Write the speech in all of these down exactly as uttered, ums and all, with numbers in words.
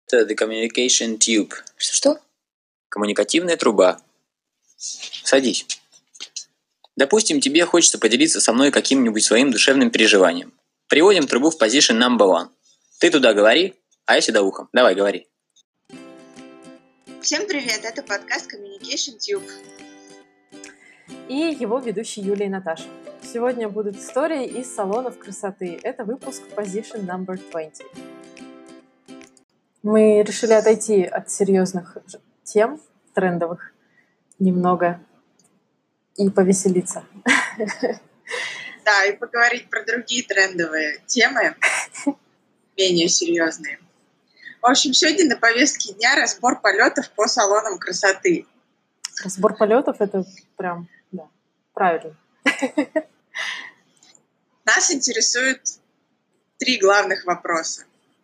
Это the communication tube. Что? Коммуникативная труба. Садись. Допустим, тебе хочется поделиться со мной каким-нибудь своим душевным переживанием. Приводим трубу в position number one. Ты туда говори, а я сюда ухом. Давай, говори. Всем привет, это подкаст Communication Tube. И его ведущие Юлия и Наташа. Сегодня будут истории из салонов красоты. Это выпуск position number twenty. Мы решили отойти от серьезных тем, трендовых, немного, и повеселиться. Да, и поговорить про другие трендовые темы, менее серьезные. В общем, сегодня на повестке дня разбор полетов по салонам красоты. Разбор полетов — это прям, да, правильно. Нас интересуют три главных вопроса.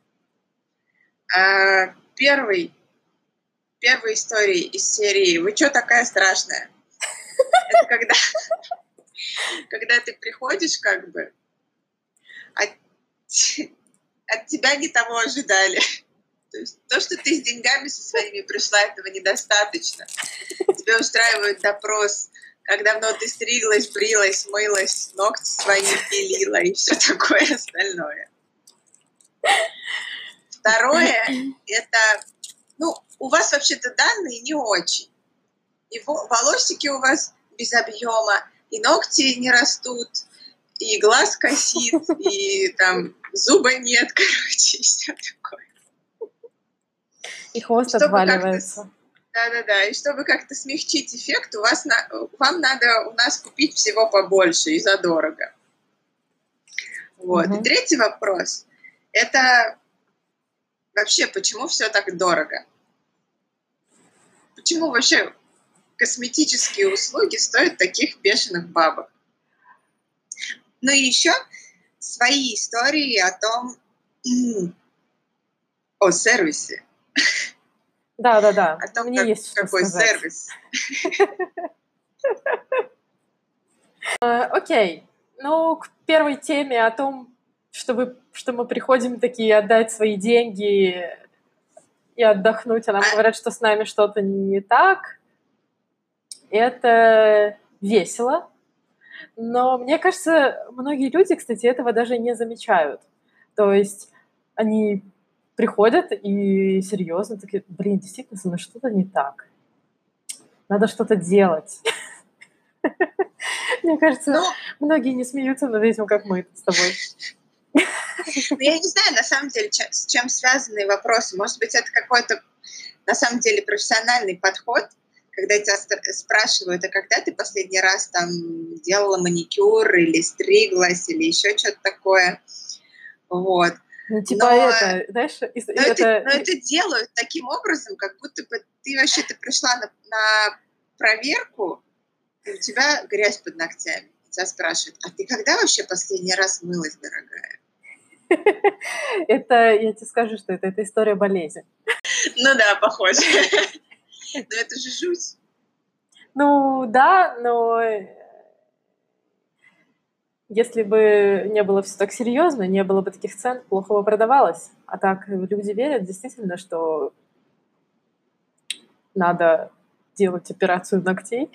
Первый, первая история из серии «Вы чё такая страшная?» Это когда, когда ты приходишь, как бы, от, от тебя не того ожидали. То есть то, что ты с деньгами со своими пришла, этого недостаточно. Тебя устраивает допрос, как давно ты стриглась, брилась, мылась, ногти свои пилила и все такое остальное. Второе, это, ну, у вас вообще-то данные не очень. И волосики у вас без объема, и ногти не растут, и глаз косит, и там зуба нет, короче, и все такое. И хвост отваливается. Да-да-да, и чтобы как-то смягчить эффект, у вас на, вам надо у нас купить всего побольше и задорого. Вот. Угу. И третий вопрос, это вообще, почему все так дорого? Почему вообще косметические услуги стоят таких бешеных бабок? Ну и еще свои истории о том, о сервисе. Да, да, да. О том, Мне как, есть какой что сказать. сервис. Окей. Ну, к первой теме о том, что, вы, что мы приходим такие отдать свои деньги и отдохнуть, а нам а... говорят, что с нами что-то не так. Это весело. Но мне кажется, многие люди, кстати, этого даже не замечают. То есть они приходят и серьезно такие: блин, действительно, со мной что-то не так. Надо что-то делать. Мне кажется, ну, многие не смеются над этим, как мы с тобой. Я не знаю, на самом деле, с чем связаны вопросы. Может быть, это какой-то, на самом деле, профессиональный подход, когда тебя спрашивают, а когда ты последний раз там делала маникюр или стриглась, или еще что-то такое. Вот. Ну, типа но, это, знаешь... Но, это... Это, но это делают таким образом, как будто бы ты вообще-то пришла на, на проверку, и у тебя грязь под ногтями. Тебя спрашивают, а ты когда вообще последний раз мылась, дорогая? Это, я тебе скажу, что это, это история болезни. Ну да, похоже. Но это же жуть. Ну да, но если бы не было все так серьезно, не было бы таких цен, плохо бы продавалось. А так люди верят действительно, что надо делать операцию ногтей.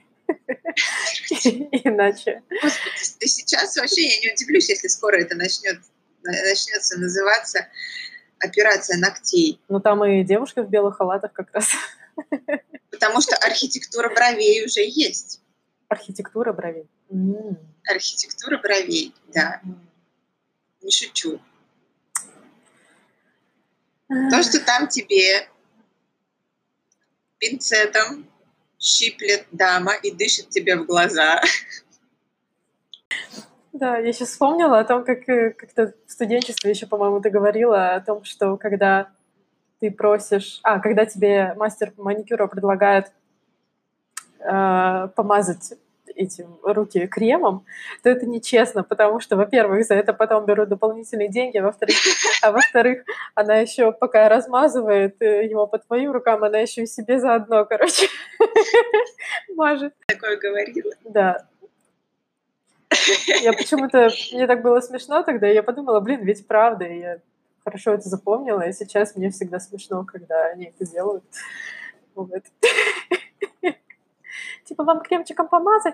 Иначе. Господи, сейчас вообще я не удивлюсь, если скоро это начнет, начнется называться операция ногтей. Ну там и девушки в белых халатах как раз. Потому что архитектура бровей уже есть. Архитектура бровей. Mm. Архитектура бровей, да. Mm. Не шучу. Mm. То, что там тебе пинцетом щиплет дама и дышит тебе в глаза. Да, я сейчас вспомнила о том, как как-то в студенчестве еще, по-моему, ты говорила о том, что когда ты просишь... А, когда тебе мастер маникюра предлагает э, помазать эти руки кремом, то это нечестно, потому что, во-первых, за это потом берут дополнительные деньги, а во-вторых, а во-вторых, она еще, пока размазывает его по твоим рукам, она еще и себе заодно, короче, мажет. Такое говорила? Да. Я почему-то... Мне так было смешно тогда, и я подумала, блин, ведь правда, и я хорошо это запомнила, и сейчас мне всегда смешно, когда они это делают. Вот. Типа, вам кремчиком помазать?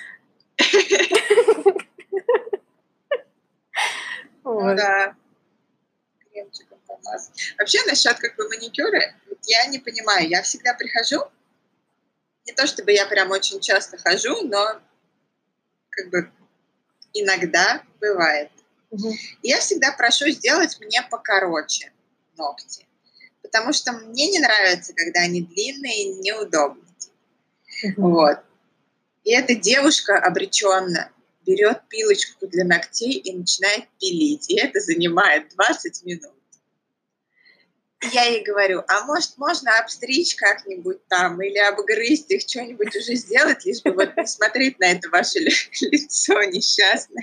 Ну Вот. да, кремчиком помазать. Вообще, насчет как бы маникюра, вот я не понимаю, я всегда прихожу, не то чтобы я прям очень часто хожу, но как бы иногда бывает. Мгм. И я всегда прошу сделать мне покороче ногти, потому что мне не нравится, когда они длинные и неудобные. Мгм. Вот. И эта девушка обреченно берет пилочку для ногтей и начинает пилить. И это занимает двадцать минут. И я ей говорю, а может, можно обстричь как-нибудь там или обгрызть их, что-нибудь уже сделать, лишь бы вот не смотреть на это ваше лицо несчастное.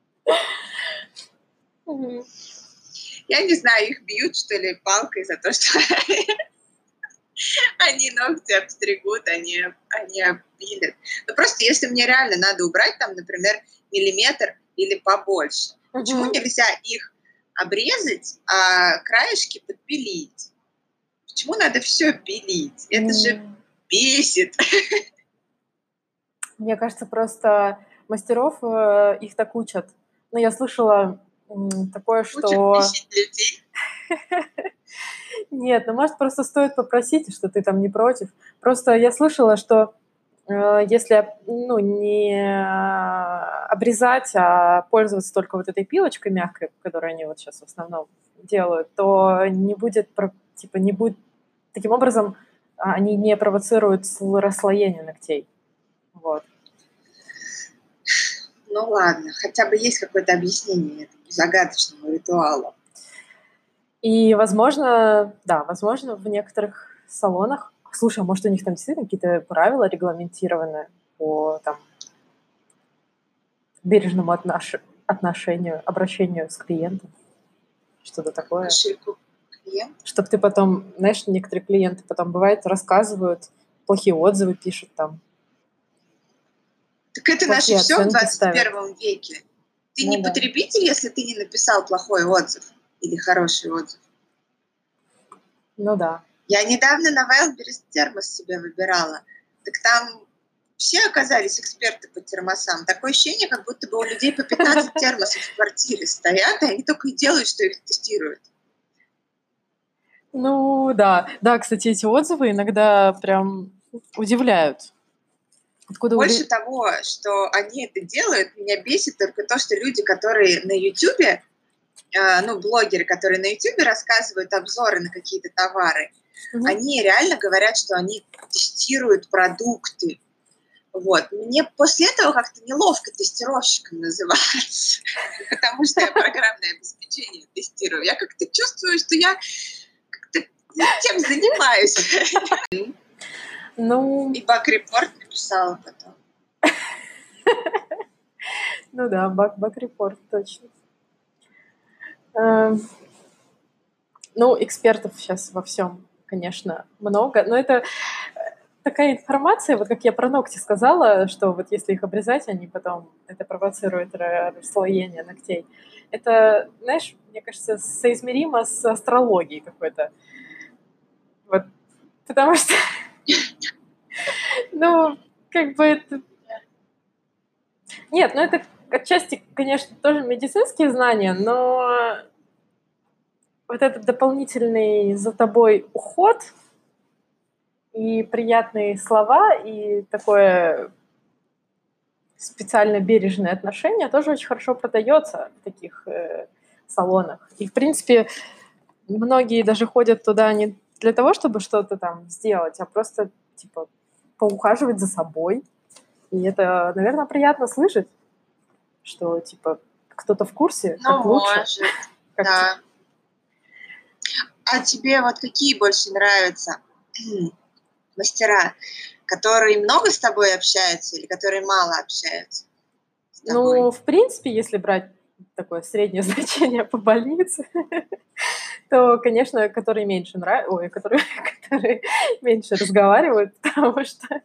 Мгм. Я не знаю, их бьют, что ли, палкой за то, что они ногти обстригут, они, они обпилят. Ну, просто если мне реально надо убрать, там, например, миллиметр или побольше, почему Мгм. нельзя их обрезать, а краешки подпилить? Почему надо все пилить? Это же М, бесит. Мне кажется, просто мастеров э, их так учат. Ну, я слышала м, такое, Учат что... бесить людей. Нет, ну, может, просто стоит попросить, что ты там не против. Просто я слышала, что э, если, ну, не а, обрезать, а пользоваться только вот этой пилочкой мягкой, которую они вот сейчас в основном делают, то не будет, про- типа, не будет... Таким образом, а, они не провоцируют сл- расслоение ногтей. Вот. Ну ладно, хотя бы есть какое-то объяснение этому загадочному ритуалу. И, возможно, да, возможно, в некоторых салонах... Слушай, а может, у них там действительно какие-то правила регламентированы по там, бережному отнош... отношению, обращению с клиентом? Что-то такое. Ошибку клиент. Чтобы ты потом, знаешь, некоторые клиенты потом, бывает, рассказывают, плохие отзывы пишут там, Так это наше плохие все в оценки двадцать ставят. первом веке. Ты Ну не да. потребитель, если ты не написал плохой отзыв или хороший отзыв. Ну да. Я недавно на Wildberries термос себе выбирала. Так там все оказались эксперты по термосам. Такое ощущение, как будто бы у людей по пятнадцать термосов в квартире стоят, и они только и делают, что их тестируют. Ну да. Да, кстати, эти отзывы иногда прям удивляют. Откуда у Больше лю- того, что они это делают, меня бесит только то, что люди, которые на Ютубе, э, ну, блогеры, которые на Ютубе рассказывают обзоры на какие-то товары, Мгм. они реально говорят, что они тестируют продукты. Вот. Мне после этого как-то неловко тестировщиком называться, потому что я программное обеспечение тестирую. Я как-то чувствую, что я как-то не тем занимаюсь. Ну, И баг-репорт написала потом. ну да, баг, баг-репорт, точно. Эм, Ну, экспертов сейчас во всем, конечно, много, но это такая информация, вот как я про ногти сказала, что вот если их обрезать, они потом, это провоцирует ра- расслоение ногтей. Это, знаешь, мне кажется, соизмеримо с астрологией какой-то. Вот, потому что, ну, как бы это... Нет, ну это отчасти, конечно, тоже медицинские знания, но вот этот дополнительный за тобой уход и приятные слова, и такое специально бережное отношение тоже очень хорошо продается в таких э, салонах. И, в принципе, многие даже ходят туда не для того, чтобы что-то там сделать, а просто, типа, поухаживать за собой. И это, наверное, приятно слышать, что, типа, кто-то в курсе, Ну, как лучше. может, Как, типа, да. А тебе вот какие больше нравятся мастера, которые много с тобой общаются или которые мало общаются с тобой? ну, в принципе, если брать такое среднее значение по больнице, то, конечно, которые меньше нравятся, ой, которые, которые меньше разговаривают, потому что,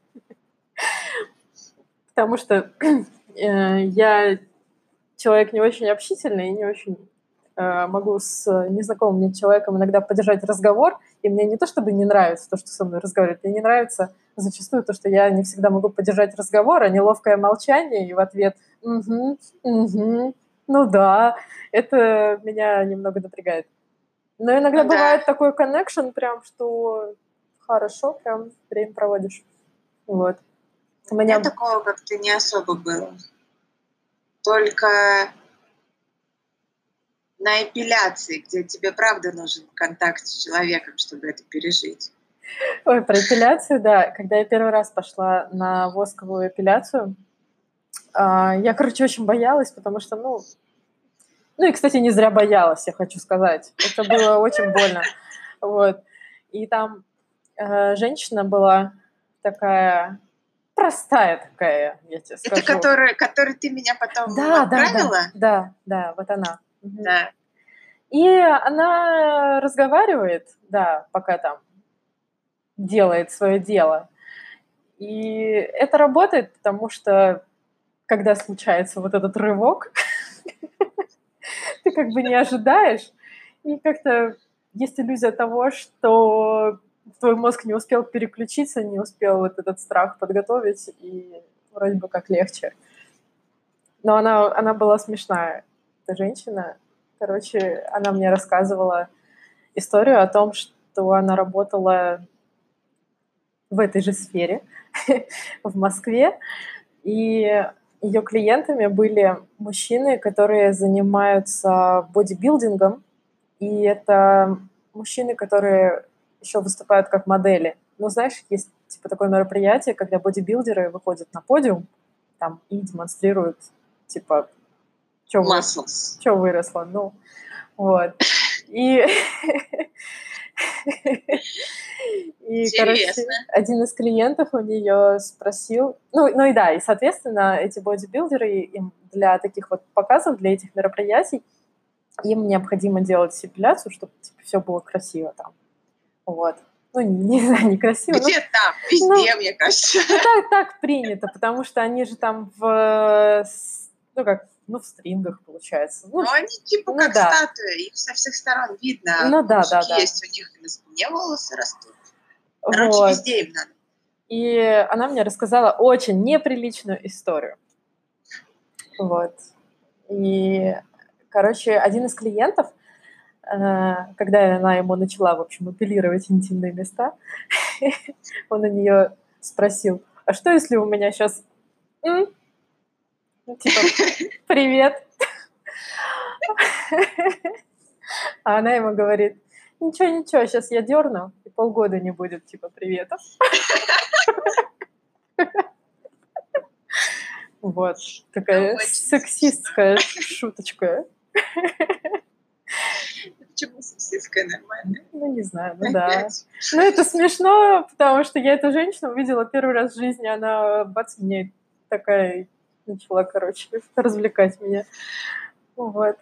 потому что э, я человек не очень общительный и не очень э, могу с незнакомым мне человеком иногда поддержать разговор, и мне не то чтобы не нравится то, что со мной разговаривают, мне не нравится зачастую то, что я не всегда могу поддержать разговор, а неловкое молчание, и в ответ «угу, угу, ну да», это меня немного напрягает. Но иногда Ну да. бывает такой коннекшн прям, что хорошо прям время проводишь. Вот. У У меня меня... такого как-то не особо было. Только на эпиляции, где тебе правда нужен контакт с человеком, чтобы это пережить. Ой, про эпиляцию, да. Когда я первый раз пошла на восковую эпиляцию, а, я, короче, очень боялась, потому что, ну... Ну и, кстати, не зря боялась, я хочу сказать. Это было очень больно. Вот. И там э, женщина была такая... Простая такая, я тебе скажу. Это которая, которой ты меня потом Да, да, отправила? да, да, да, вот она. Мгм. Да. И она разговаривает, да, пока там делает свое дело. И это работает, потому что когда случается вот этот рывок, ты как бы не ожидаешь, и как-то есть иллюзия того, что твой мозг не успел переключиться, не успел вот этот страх подготовить, и вроде бы как легче. Но она, она была смешная, эта женщина. Короче, она мне рассказывала историю о том, что она работала в этой же сфере в Москве, и ее клиентами были мужчины, которые занимаются бодибилдингом, и это мужчины, которые еще выступают как модели. Ну, знаешь, есть типа такое мероприятие, когда бодибилдеры выходят на подиум там и демонстрируют, типа, что вы, Muscles. чё выросло, ну, вот. И, и короче, Интересно. один из клиентов у нее спросил, ну, ну и да, и, соответственно, эти бодибилдеры им для таких вот показов, для этих мероприятий, им необходимо делать эпиляцию, чтобы типа, все было красиво там. Вот. Ну, не, не знаю, некрасиво. Где ну, там? Везде, мне кажется. Ну, так, так принято, потому что они же там в, ну, как, ну, в стрингах, получается. Ну, Но они типа ну как да. статуи, их со всех сторон видно. Ну да, Мужики да, да. есть, у них и на спине волосы растут. Короче, Вот. везде им надо. И она мне рассказала очень неприличную историю. Вот. И, короче, один из клиентов, э, когда она ему начала, в общем, эпилировать интимные места, он у нее спросил, а что, если у меня сейчас... М? Ну, типа, привет. А она ему говорит, ничего, ничего, сейчас я дерну, и полгода не будет, типа, привета. Вот, такая сексистская шуточка. Почему сексистская нормально? Ну, не знаю, ну да. Ну, это смешно, потому что я эту женщину увидела первый раз в жизни, она, бац, мне такая начала, короче, развлекать меня. Вот.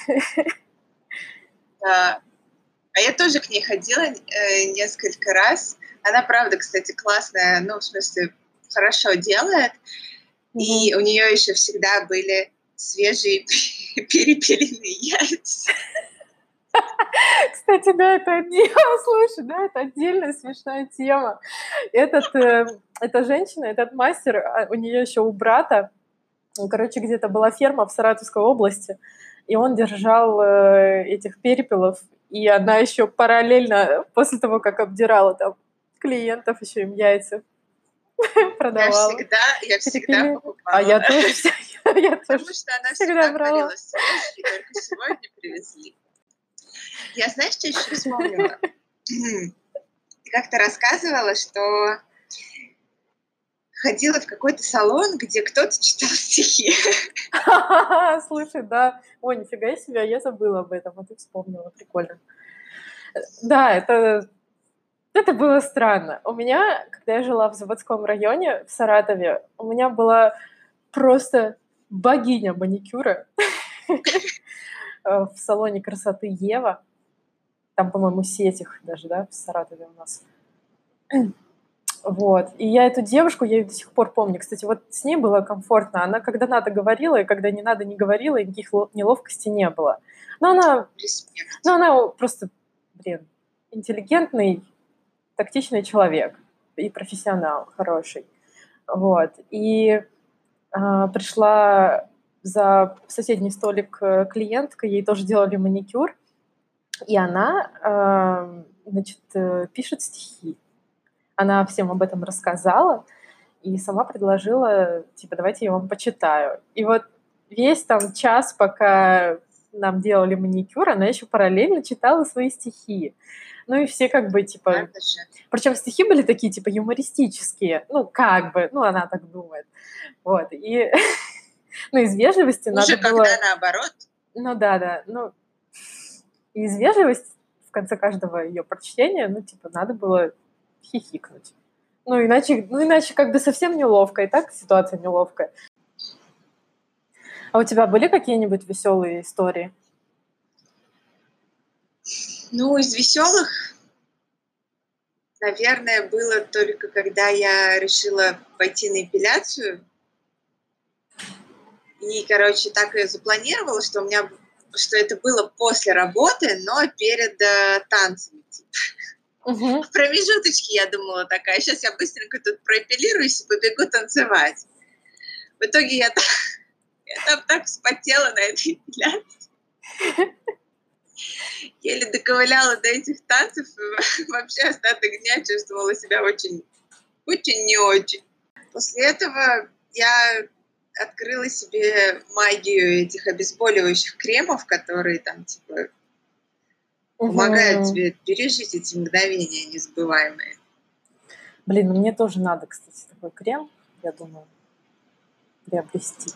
Да. А я тоже к ней ходила э, несколько раз. Она, правда, кстати, классная, ну, в смысле, хорошо делает. И у нее еще всегда были свежие перепеленные яйца. Кстати, да, это отдельно, слушай, да, это отдельная смешная тема. Этот, э, эта женщина, этот мастер, а, у нее еще у брата, короче, где-то была ферма в Саратовской области, и он держал э, этих перепелов, и она еще параллельно, после того, как обдирала там клиентов, еще им яйца продавала. Я всегда, я всегда покупала. А я тоже, я Потому тоже что она всегда всегда брала. говорила, свежие, только сегодня привезли. Я, знаешь, что еще вспомнила? Ты как-то рассказывала, что ходила в какой-то салон, где кто-то читал стихи. Слушай, да. Ой, нифига себе, я забыла об этом, а ты вспомнила, прикольно. Да, это, это было странно. У меня, когда я жила в заводском районе в Саратове, у меня была просто богиня маникюра в салоне красоты Ева. Там, по-моему, сеть их даже, да, в Саратове у нас. Вот. И я эту девушку, я ее до сих пор помню. Кстати, вот с ней было комфортно. Она когда надо говорила, и когда не надо не говорила, и никаких неловкостей не было. Но она, но она просто, блин, интеллигентный, тактичный человек и профессионал хороший. Вот. И э, пришла за соседний столик клиентка, ей тоже делали маникюр, и она, э, значит, пишет стихи. Она всем об этом рассказала и сама предложила, типа, давайте я вам почитаю. И вот весь там час, пока нам делали маникюр, она еще параллельно читала свои стихи. Ну и все как бы, типа... Причем стихи были такие, типа, юмористические. Ну, как бы, ну, она так думает. Вот, и... Ну, из вежливости надо было... Уже когда наоборот. Ну, да-да, ну... Из вежливости в конце каждого ее прочтения, ну, типа, надо было хихикнуть. Ну, иначе, ну, иначе как бы совсем неловко, и так ситуация неловкая. А у тебя были какие-нибудь веселые истории? Ну, из веселых, наверное, было только когда я решила пойти на эпиляцию. И, короче, так ее запланировала, что у меня, что это было после работы, но перед э, танцами. Угу. В промежуточке я думала такая, сейчас я быстренько тут проэпилируюсь и побегу танцевать. В итоге я, так, я там так вспотела на этой эпиляции. Еле доковыляла до этих танцев, и вообще остаток дня чувствовала себя очень, очень не очень. После этого я открыла себе магию этих обезболивающих кремов, которые там, типа, помогают Угу. тебе пережить эти мгновения незабываемые. Блин, ну мне тоже надо, кстати, такой крем, я думаю, приобрести.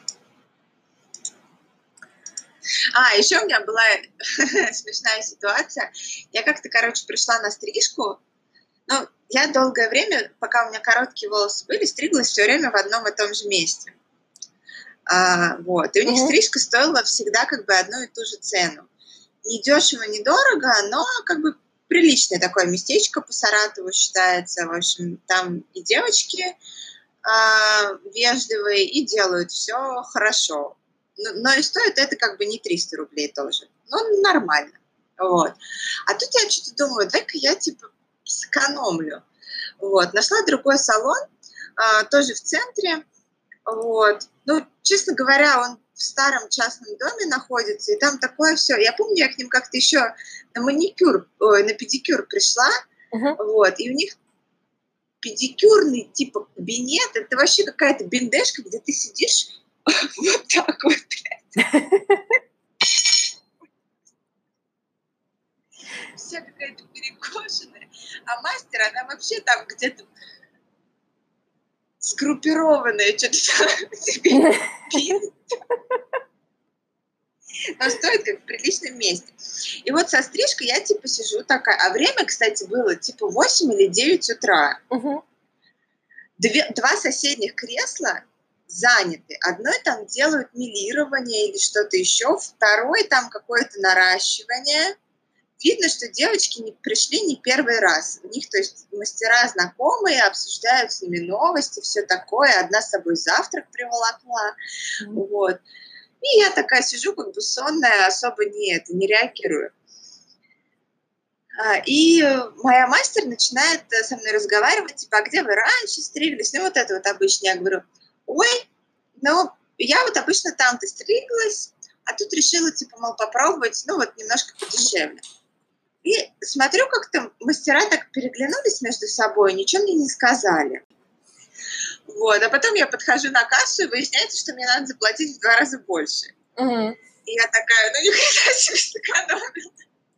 А, еще у меня была смешная ситуация. Я как-то, короче, пришла на стрижку. Ну, я долгое время, пока у меня короткие волосы были, стриглась все время в одном и том же месте. А, вот. И у них Угу. стрижка стоила всегда как бы одну и ту же цену. Не дешево, не дорого, но как бы приличное такое местечко по Саратову считается. В общем, там и девочки а, вежливые, и делают все хорошо. Но, но и стоит это как бы не триста рублей тоже. Ну, нормально. Вот. А тут я что-то думаю, дай-ка я типа сэкономлю. Вот. Нашла другой салон, а, тоже в центре. Вот. Ну, честно говоря, он в старом частном доме находится, и там такое все. Я помню, я к ним как-то еще на маникюр, ой, на педикюр пришла, Угу. вот, и у них педикюрный типа кабинет, это вообще какая-то бендежка, где ты сидишь вот так вот, блядь. Вся какая-то перекошенная. А мастер, она вообще там где-то сгруппированная, что-то себе пилит. Но стоит как в приличном месте. И вот со стрижкой я типа сижу такая. А время, кстати, было типа восемь или девять утра. Угу. Две, два соседних кресла заняты. Одной там делают милирование или что-то еще, второй там какое-то наращивание. Видно, что девочки не пришли не первый раз. У них, то есть, мастера знакомые, обсуждают с ними новости, все такое. Одна с собой завтрак приволокла. Mm-hmm. Вот. И я такая сижу, как бы сонная, особо не, это, не реагирую. И моя мастер начинает со мной разговаривать, типа, а где вы раньше стриглись? Ну, вот это вот обычно. Я говорю, ой, ну, я вот обычно там-то стриглась, а тут решила, типа, мол, попробовать, ну, вот немножко подешевле. И смотрю, как-то мастера так переглянулись между собой, ничего мне не сказали. Вот, а потом я подхожу на кассу, и выясняется, что мне надо заплатить в два раза больше. Угу. И я такая, ну, никогда себе сэкономила.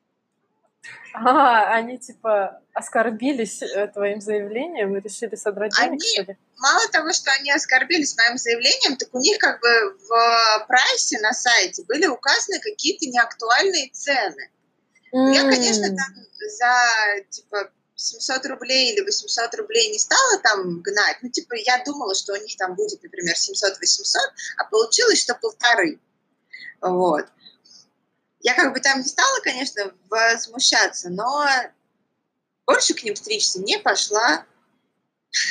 А, они, типа, оскорбились твоим заявлением и решили содрать денег, они, что ли? Мало того, что они оскорбились моим заявлением, так у них как бы в прайсе на сайте были указаны какие-то неактуальные цены. Mm. Я, конечно, там за, типа, семьсот рублей или восемьсот рублей не стала там гнать. Ну, типа, я думала, что у них там будет, например, семьсот-восемьсот, а получилось, что полторы. Вот. Я как бы там не стала, конечно, возмущаться, но больше к ним стричься не пошла.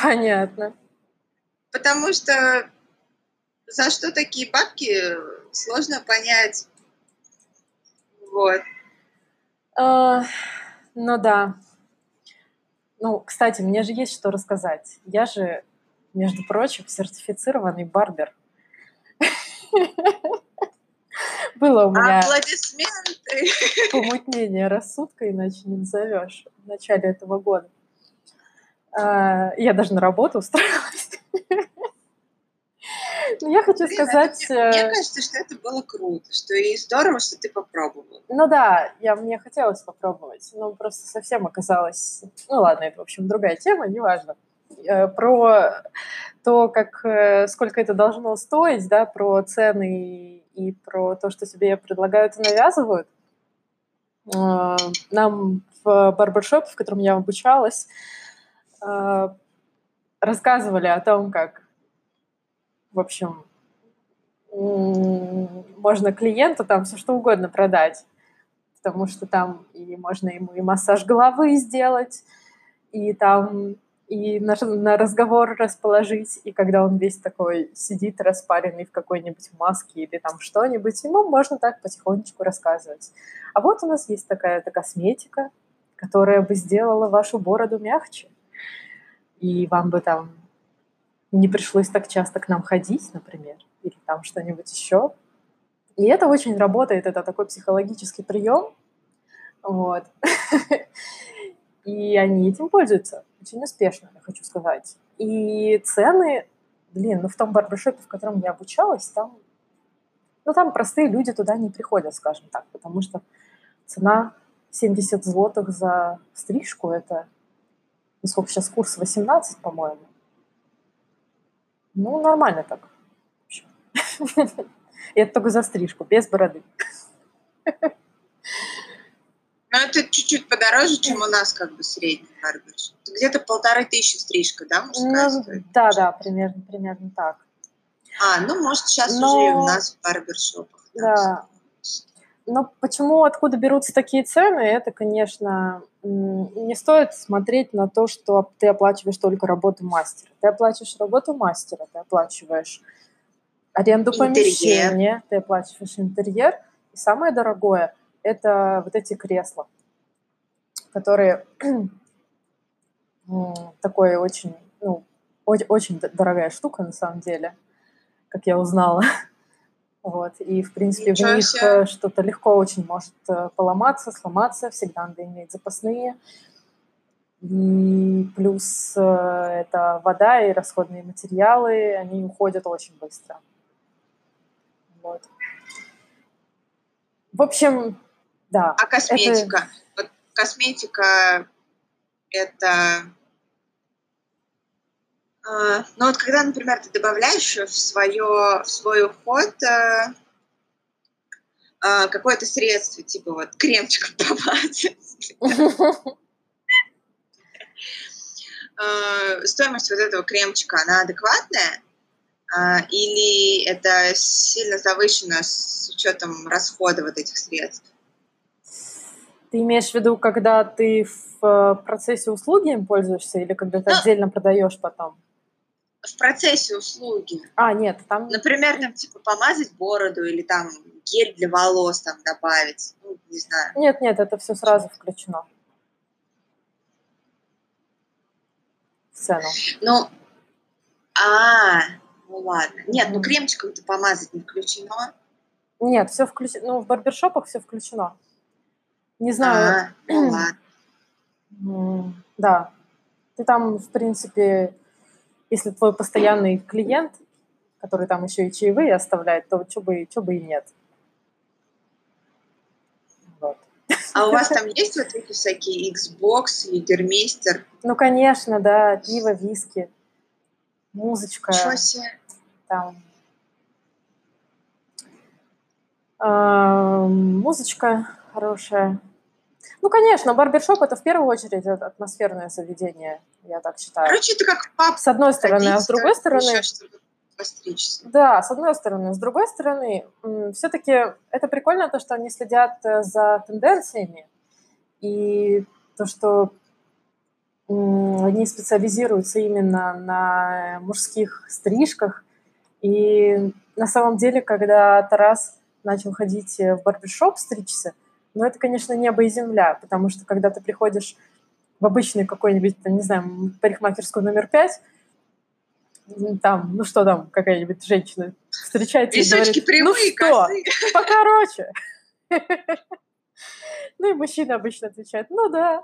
Понятно. Потому что за что такие бабки, сложно понять. Вот. А, ну да. Ну, кстати, мне же есть что рассказать. Я же, между прочим, сертифицированный барбер. Было у меня Аплодисменты! помутнение рассудка, иначе не назовешь, в начале этого года. А, я даже на работу устроилась. Ну, я хочу Блин, это сказать... мне, мне э, кажется, что это было круто, что и здорово, что ты попробовала. Ну да, я, мне хотелось попробовать, но просто совсем оказалось... Ну ладно, это, в общем, другая тема, неважно. Э, Про то, как, э, сколько это должно стоить, да, про цены и, и про то, что тебе предлагают и навязывают. Э, Нам в барбершопе, в котором я обучалась, э, рассказывали о том, как, в общем, м, можно клиенту там все что угодно продать, потому что там и можно ему и массаж головы сделать, и там и на, на разговор расположить, и когда он весь такой сидит распаренный в какой-нибудь маске или там что-нибудь, ему можно так потихонечку рассказывать. А вот у нас есть такая-то косметика, которая бы сделала вашу бороду мягче, и вам бы там не пришлось так часто к нам ходить, например, или там что-нибудь еще. И это очень работает, это такой психологический прием, вот. И они этим пользуются очень успешно, я хочу сказать. И цены, блин, ну в том барбершопе, в котором я обучалась, там, ну там простые люди туда не приходят, скажем так, потому что цена семьдесят злотых за стрижку, это, ну сколько сейчас курс, восемнадцать, по-моему. Ну, нормально так. В общем. И это только за стрижку, без бороды. Но это чуть-чуть подороже, чем у нас как бы средний барбершоп. Где-то полторы тысячи стрижка, да, мужская Ну, стоит? да, да, примерно, примерно так. А, ну, может, сейчас Но- уже и у нас в барбершопах. так Да. Но почему, откуда берутся такие цены, это, конечно, м, не стоит смотреть на то, что ты оплачиваешь только работу мастера. Ты оплачиваешь работу мастера, ты оплачиваешь аренду Интерьер. помещения, ты оплачиваешь интерьер. И самое дорогое – это вот эти кресла, которые м, такой очень, ну, о- очень д- дорогая штука на самом деле, как я узнала. Вот. И, в принципе, в Ничего них себе. э, что-то легко очень может э, поломаться, сломаться. Всегда надо иметь запасные. И плюс э, это вода и расходные материалы, они уходят очень быстро. Вот. В общем, да. А Это, косметика? Вот косметика это... а, ну вот когда, например, ты добавляешь в, свое, в свой уход а, а, какое-то средство, типа вот кремчиком помазать, а, стоимость вот этого кремчика, она адекватная? А, или это сильно завышено с учетом расхода вот этих средств? ты имеешь в виду, когда ты в э, процессе услуги им пользуешься или когда ты Ну, отдельно продаешь потом? в процессе услуги. А, нет, там... Например, там типа помазать бороду или там гель для волос там добавить. Ну, не знаю. Нет, нет, это все сразу включено в цену. Ну, а, ну ладно. Нет, ну Мгм. кремчиком-то помазать не включено. Нет, все включено. Ну, в барбершопах все включено. Не знаю. А, ну ладно. М, Да. Ты там, в принципе, если твой постоянный клиент, который там еще и чаевые оставляет, то что бы, чё бы и нет. Вот. А у вас там есть вот эти всякие Xbox, Егермейстер? Ну, конечно, да, пиво, виски, музычка, Ничего себе. там, а, музычка хорошая. Ну, конечно, барбершоп – это в первую очередь а- атмосферное заведение, я так считаю. Короче, это как в паб С одной стороны, а с ходить, другой только стороны, еще чтобы постричься. да, с одной стороны. С другой стороны, все-таки это прикольно, то, что они следят э, за тенденциями, и то, что они специализируются именно на мужских стрижках. И на самом деле, когда Тарас начал ходить в барбершоп стричься, ну, это, конечно, небо и земля, потому что когда ты приходишь в обычный какой-нибудь, не знаю, парикмахерскую номер пять, там, ну что там, какая-нибудь женщина встречается и говорит, ну что, покороче. Ну и мужчина обычно отвечает, ну да.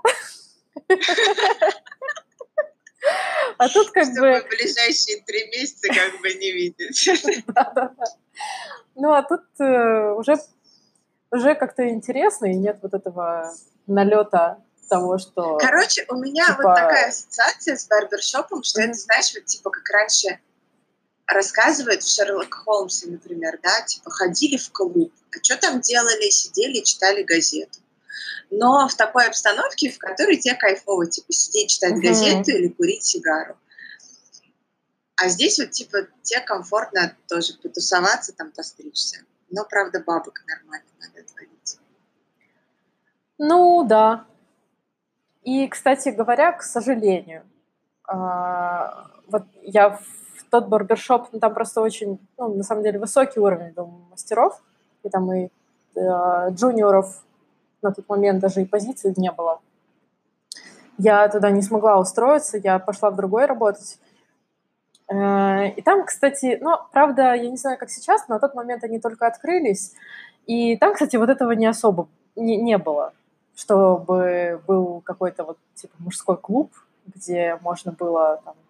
А тут как Чтобы бы... в ближайшие три месяца как бы не видеть. Да-да-да. Ну а тут э, уже, уже как-то интересно, и нет вот этого налета того, что... Короче, у меня типа... вот такая ассоциация с барбершопом, что mm-hmm. это, знаешь, вот типа как раньше рассказывают в Шерлок Холмсе, например, да, типа ходили в клуб, а что там делали, сидели, читали газету. Но в такой обстановке, в которой тебе кайфово, типа, сидеть, читать uh-huh. газету или курить сигару. А здесь вот, типа, тебе комфортно тоже потусоваться, там, постричься. Но, правда, бабок нормально надо отводить. Ну, да. И, кстати говоря, к сожалению, вот я в тот барбершоп, ну, там просто очень, ну, на самом деле, высокий уровень был мастеров, и там и э, джуниоров на тот момент даже и позиции не было. Я туда не смогла устроиться, я пошла в другой работать. И там, кстати, ну, правда, я не знаю, как сейчас, но на тот момент они только открылись. И там, кстати, вот этого не особо не, не было, чтобы был какой-то вот типа мужской клуб, где можно было там,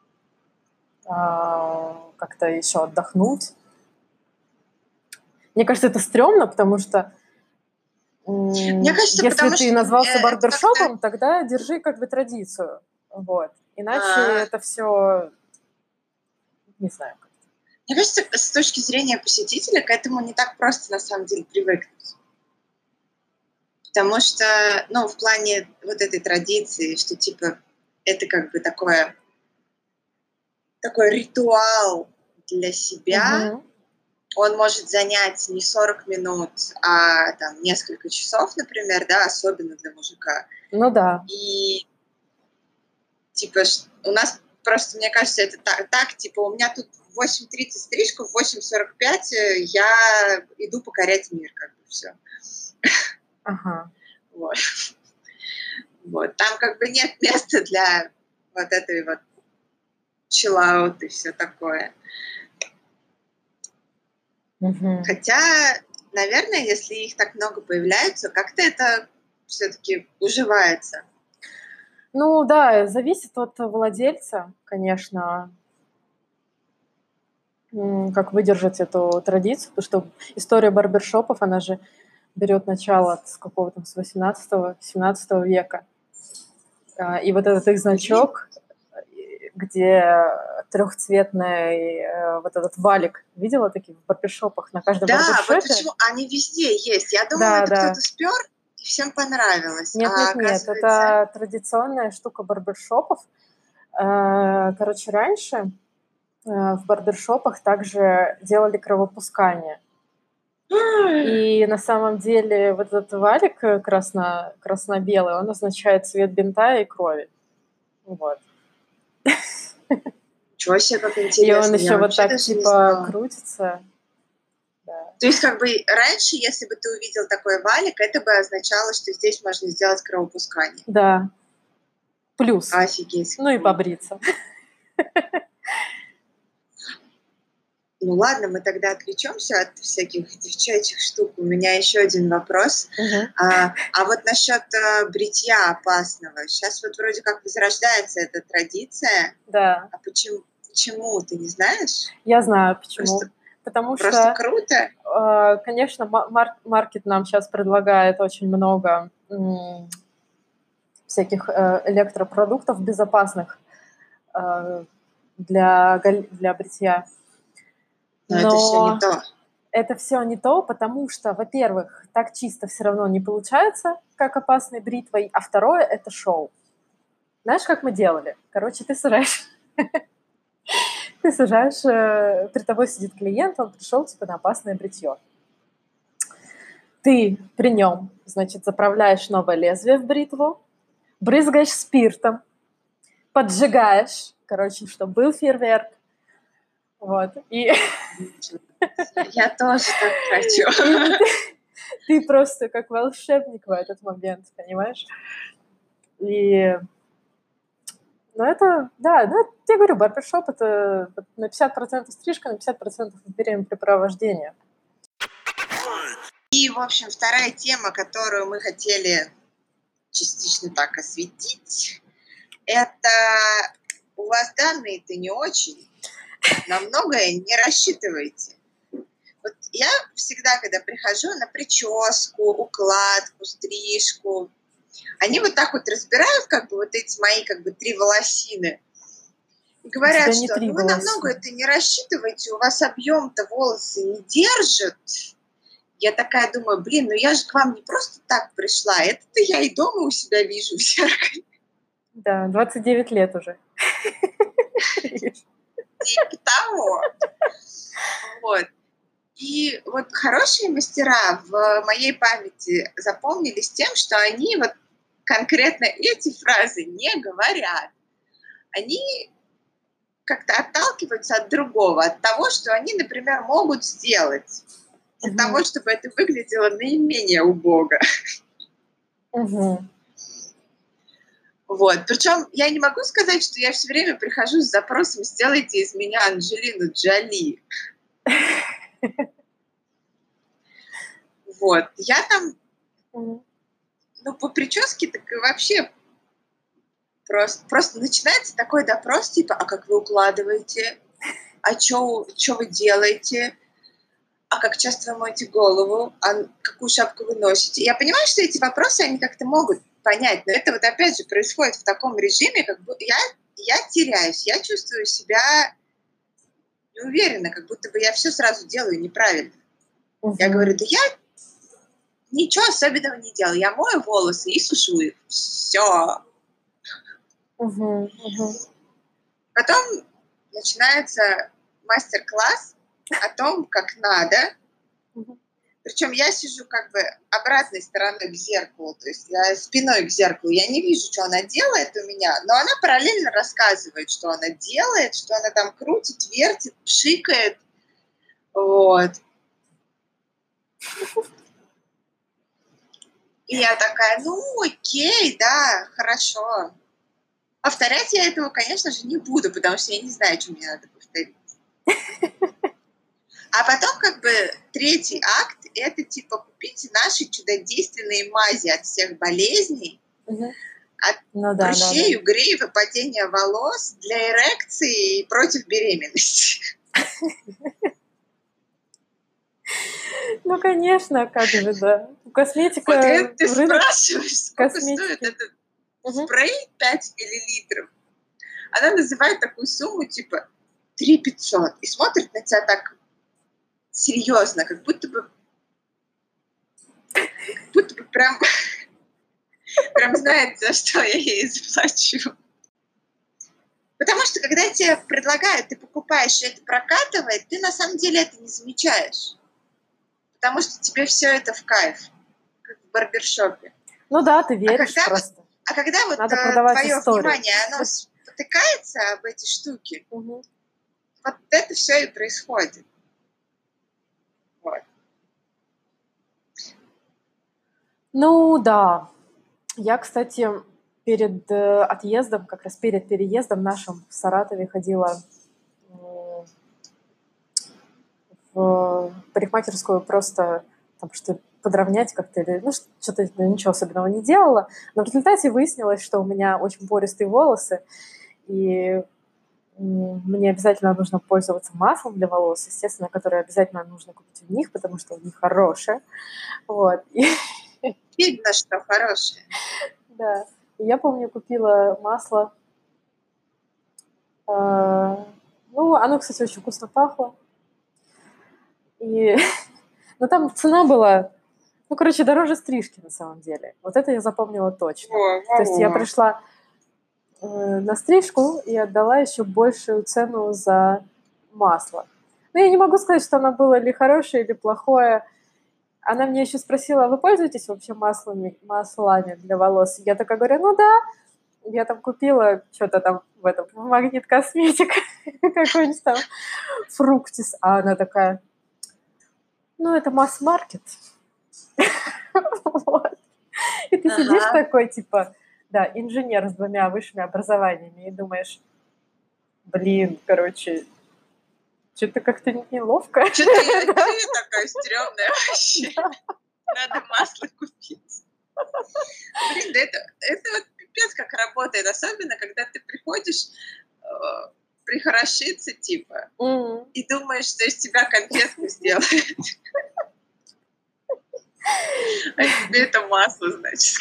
а, как-то еще отдохнуть. Мне кажется, это стрёмно, потому что Мне кажется, если ты что назвался барбершопом, тогда держи как бы традицию. Вот. Иначе А-а-а. это все, не знаю. Мне кажется, с точки зрения посетителя к этому не так просто на самом деле привыкнуть. Потому что, ну, в плане вот этой традиции, что типа это как бы такое, такой ритуал для себя, угу. Он может занять не сорок минут, а там несколько часов, например, да, особенно для мужика. Ну да. И типа у нас просто, мне кажется, это так, так типа у меня тут в восемь тридцать стрижка, в восемь сорок пять я иду покорять мир, как бы все. Ага. Вот. Вот. Там как бы нет места для вот этой вот chill-out и все такое. Угу. Хотя, наверное, если их так много появляется, как-то это все-таки уживается. Ну да, зависит от владельца, конечно, как выдержать эту традицию, потому что история барбершопов, она же берет начало с какого-то с восемнадцатого-семнадцатого века. И вот этот их значок, где трехцветный вот этот валик, видела таких в барбершопах на каждом да, барбершопе? Да, вот почему они везде есть. Я думала, да, это да. кто-то спер, и всем понравилось. Нет, а нет, нет, это традиционная штука барбершопов. Короче, раньше в барбершопах также делали кровопускание. И на самом деле вот этот валик красно, красно-белый, он означает цвет бинта и крови. Вот. Ничего себе, как интересно. И он еще вот так типа крутится. Да. То есть как бы раньше, если бы ты увидел такой валик, это бы означало, что здесь можно сделать кровопускание. Да. Плюс. Офигеть. Ну и побриться. Ну ладно, мы тогда отвлечемся от всяких девчачьих штук. У меня еще один вопрос. Uh-huh. А, а вот насчет а, бритья опасного. Сейчас вот вроде как возрождается эта традиция. Да. А почему? Почему? Ты не знаешь? Я знаю, почему. Просто, Потому просто что, круто. Конечно, мар- маркет нам сейчас предлагает очень много м- всяких э, электропродуктов безопасных э, для, для бритья. Но, Но это все не то. Это все не то, потому что, во-первых, так чисто все равно не получается, как опасной бритвой, а второе – это шоу. Знаешь, как мы делали? Короче, ты сажаешь, ты сажаешь, перед тобой сидит клиент, он пришел типа на опасное бритье. Ты при нем, значит, заправляешь новое лезвие в бритву, брызгаешь спиртом, поджигаешь, короче, что был фейерверк, вот, и... Я тоже так хочу. И ты, ты просто как волшебник в этот момент, понимаешь? И... Ну, это, да, ну, я говорю, барбершоп — это на пятьдесят процентов стрижка, на пятьдесят процентов времяпрепровождение. И, в общем, вторая тема, которую мы хотели частично так осветить, это у вас данные-то не очень, на многое не рассчитывайте. Вот я всегда, когда прихожу на прическу, укладку, стрижку, они вот так вот разбирают как бы вот эти мои как бы три волосины и говорят, что ну, вы на много это не рассчитываете, у вас объем-то волосы не держит. Я такая думаю, блин, ну я же к вам не просто так пришла, это-то я и дома у себя вижу в зеркале. Да, двадцать девять лет уже. Типа того. Вот. И вот хорошие мастера в моей памяти запомнились тем, что они вот конкретно эти фразы не говорят. Они как-то отталкиваются от другого, от того, что они, например, могут сделать для угу. того, чтобы это выглядело наименее убого. Угу. Вот. Причем я не могу сказать, что я все время прихожу с запросом «сделайте из меня Анджелину Джоли». Вот. Я там, угу. ну, по прическе так и вообще просто, просто начинается такой допрос, типа, а как вы укладываете? А что вы делаете? А как часто вы моете голову? А какую шапку вы носите? Я понимаю, что эти вопросы, они как-то могут понять, но это вот опять же происходит в таком режиме, как бы я, я теряюсь, я чувствую себя неуверенно, как будто бы я все сразу делаю неправильно. Uh-huh. Я говорю, да я ничего особенного не делаю, я мою волосы и сушу их, все. Uh-huh. Uh-huh. Потом начинается мастер-класс о том, как надо. Uh-huh. Причем я сижу как бы обратной стороной к зеркалу, то есть я спиной к зеркалу, я не вижу, что она делает у меня, но она параллельно рассказывает, что она делает, что она там крутит, вертит, пшикает, вот. И я такая, ну окей, да, хорошо. Повторять я этого, конечно же, не буду, потому что я не знаю, что мне надо повторить. А потом, как бы, третий акт – это, типа, купите наши чудодейственные мази от всех болезней, угу. от ну, да, прыщей, да, да. угрей, выпадения волос, для эрекции и против беременности. Ну, конечно, как же, да. Косметика... Вот это ты спрашиваешь, сколько стоит этот угу. спрей пять миллилитров. Она называет такую сумму, типа, три тысячи пятьсот, и смотрит на тебя так серьезно, как будто бы как будто бы прям прям знает, за что я ей заплачу. Потому что, когда тебе предлагают, ты покупаешь, и это прокатывает, ты на самом деле это не замечаешь. Потому что тебе все это в кайф, как в барбершопе. Ну да, ты веришь а когда просто. Вот, а когда вот Надо твое историю. внимание, оно спотыкается об эти штуки, угу. вот это все и происходит. Вот. Ну да. Я, кстати, перед э, отъездом, как раз перед переездом нашим в Саратове ходила э, в парикмахерскую просто, там, что подровнять как-то, или, ну, что-то ничего особенного не делала. Но в результате выяснилось, что у меня очень пористые волосы, и мне обязательно нужно пользоваться маслом для волос, естественно, которое обязательно нужно купить у них, потому что у них хорошее. Вот. И... Видно, что хорошее. Да. И я помню, купила масло. А, ну, оно, кстати, очень вкусно пахло. И... Но там цена была, ну, короче, дороже стрижки на самом деле. Вот это я запомнила точно. О, То есть я пришла э, на стрижку и отдала еще большую цену за масло. Но я не могу сказать, что оно было или хорошее, или плохое. Она мне еще спросила, а вы пользуетесь вообще маслами, маслами для волос? Я такая говорю, ну да. я там купила что-то там в этом, в Магнит Косметик, какой-нибудь там фруктис, а она такая, ну, это масс-маркет. Вот. И ты сидишь Ага. такой, типа, да, инженер с двумя высшими образованиями, и думаешь, блин, короче, что-то как-то неловко. Что-то я, что я такая стрёмная вообще. Надо масло купить. Блин, да это, это вот пипец как работает. Особенно, когда ты приходишь э, прихорошиться, типа, Мгм. и думаешь, что из тебя конфетку сделают. А тебе это масло, значит.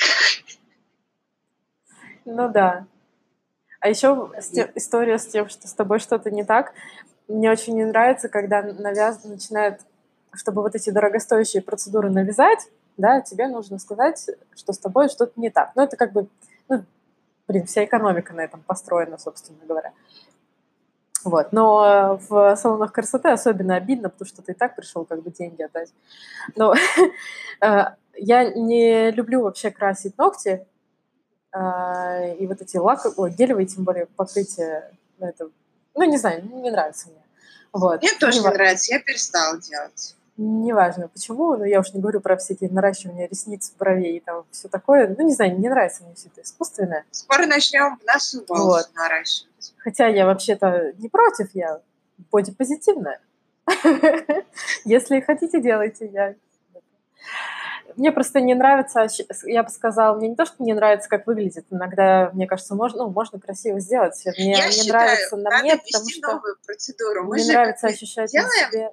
Ну да. А еще история с тем, что с тобой что-то не так. Мне очень не нравится, когда навяз... начинает, чтобы вот эти дорогостоящие процедуры навязать, да, тебе нужно сказать, что с тобой что-то не так. Ну, это как бы, ну, блин, вся экономика на этом построена, собственно говоря. Вот. Но в салонах красоты особенно обидно, потому что ты и так пришел как бы деньги отдать. Но я не люблю вообще красить ногти, и вот эти лаковые, гелевые, тем более, покрытия, это, ну, не знаю, не нравится мне. Вот. Мне тоже не, не нравится, я перестала делать. Неважно почему, но я уж не говорю про всякие наращивания ресниц, бровей и там все такое. Ну, не знаю, не нравится мне все это искусственное. Скоро начнем в носу волосы вот. наращивать. Хотя я вообще-то не против, я бодипозитивная. Если хотите, делайте. Я... Мне просто не нравится, я бы сказала, мне не то, что не нравится, как выглядит. Иногда, мне кажется, можно, ну, можно красиво сделать. Мне я не считаю, нравится на надо мне, ввести потому что новую процедуру. Мы мне же нравится ощущать делаем... на себе...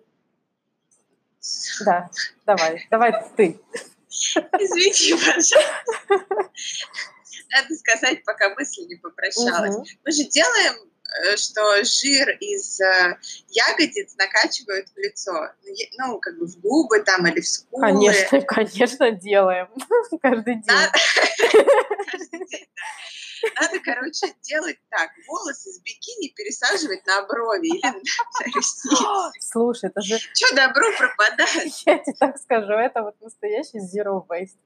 Да, давай, давай ты. Извини, пожалуйста. Надо сказать, пока мысль не попрощалась. Угу. Мы же делаем, что жир из ягодиц накачивают в лицо. Ну, как бы в губы там или в скулы. Конечно, конечно, делаем. Каждый день. Надо, Каждый день, да. Надо, короче, делать так. Волосы с бикини пересаживать на брови или на ресницы. Слушай, это же... Что добро пропадает? Я тебе так скажу, это вот настоящий zero waste.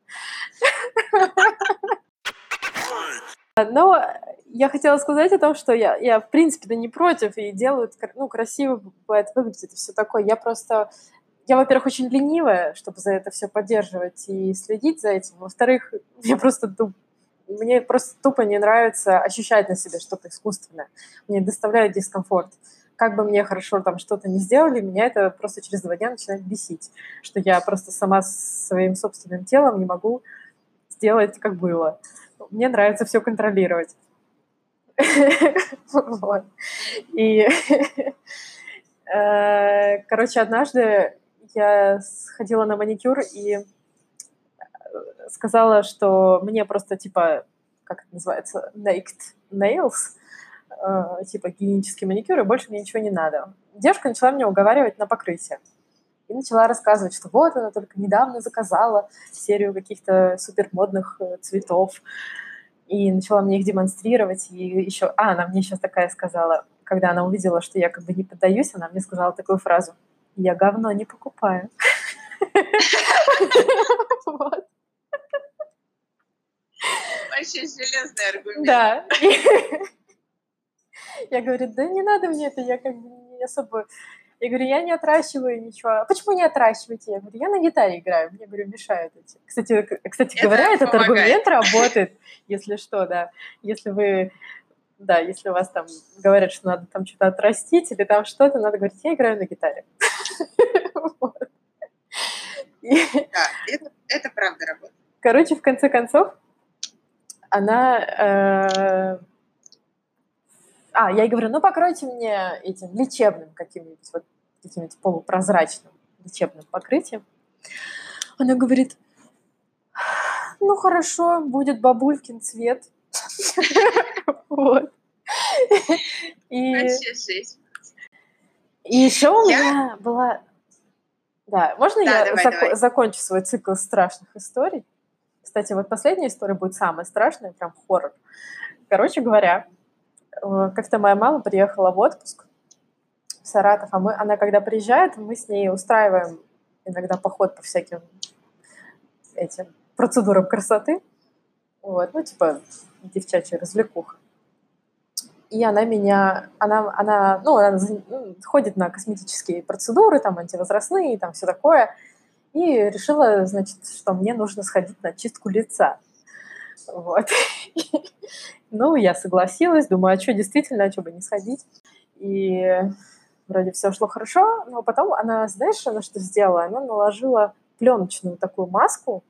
Но я хотела сказать о том, что я, я в принципе, да не против, и делают, ну, красиво бывает, выглядит и все такое. Я просто... Я, во-первых, очень ленивая, чтобы за это все поддерживать и следить за этим. Во-вторых, я просто туп... мне просто тупо не нравится ощущать на себе что-то искусственное. Мне доставляет дискомфорт. Как бы мне хорошо там что-то не сделали, меня это просто через два дня начинает бесить. Что я просто сама своим собственным телом не могу сделать, как было. Мне нравится все контролировать. Вот. И, короче, однажды я сходила на маникюр и сказала, что мне просто, типа, как это называется, naked nails, типа гигиенический маникюр, и больше мне ничего не надо. Девушка начала меня уговаривать на покрытие. И начала рассказывать, что вот она только недавно заказала серию каких-то супермодных цветов. И начала мне их демонстрировать. И еще... А, она мне сейчас такая сказала, когда она увидела, что я как бы не поддаюсь, она мне сказала такую фразу: «Я говно не покупаю». Вообще железный аргумент. Да. Я говорю, да не надо мне это, я как бы не особо... Я говорю, я не отращиваю ничего. А почему не отращиваете? Я говорю, я на гитаре играю, мне, говорю, мешают эти. Кстати, кстати это говоря, этот помогает. аргумент работает, если что, да. Если вы, да, если у вас там говорят, что надо там что-то отрастить или там что-то, надо говорить, я играю на гитаре. Да, это, это правда работает. Короче, в конце концов, она... А, я ей говорю, ну, покройте мне этим лечебным каким-нибудь, вот каким-нибудь полупрозрачным лечебным покрытием. Она говорит, ну, хорошо, будет бабулькин цвет. Вот. И еще у меня была... Да, можно я закончу свой цикл страшных историй? Кстати, вот последняя история будет самая страшная, прям хоррор. Короче говоря, как-то моя мама приехала в отпуск в Саратов, а мы, она когда приезжает, мы с ней устраиваем иногда поход по всяким этим процедурам красоты. Вот, ну, типа, девчачья развлекуха. И она меня, она, она, ну, она ну, ходит на косметические процедуры, там, антивозрастные, там, все такое, и решила, значит, что мне нужно сходить на чистку лица. Вот. Ну, я согласилась, думаю, а что, действительно, а что бы не сходить? И вроде все шло хорошо, но потом она, знаешь, она что сделала? Она наложила пленочную такую маску,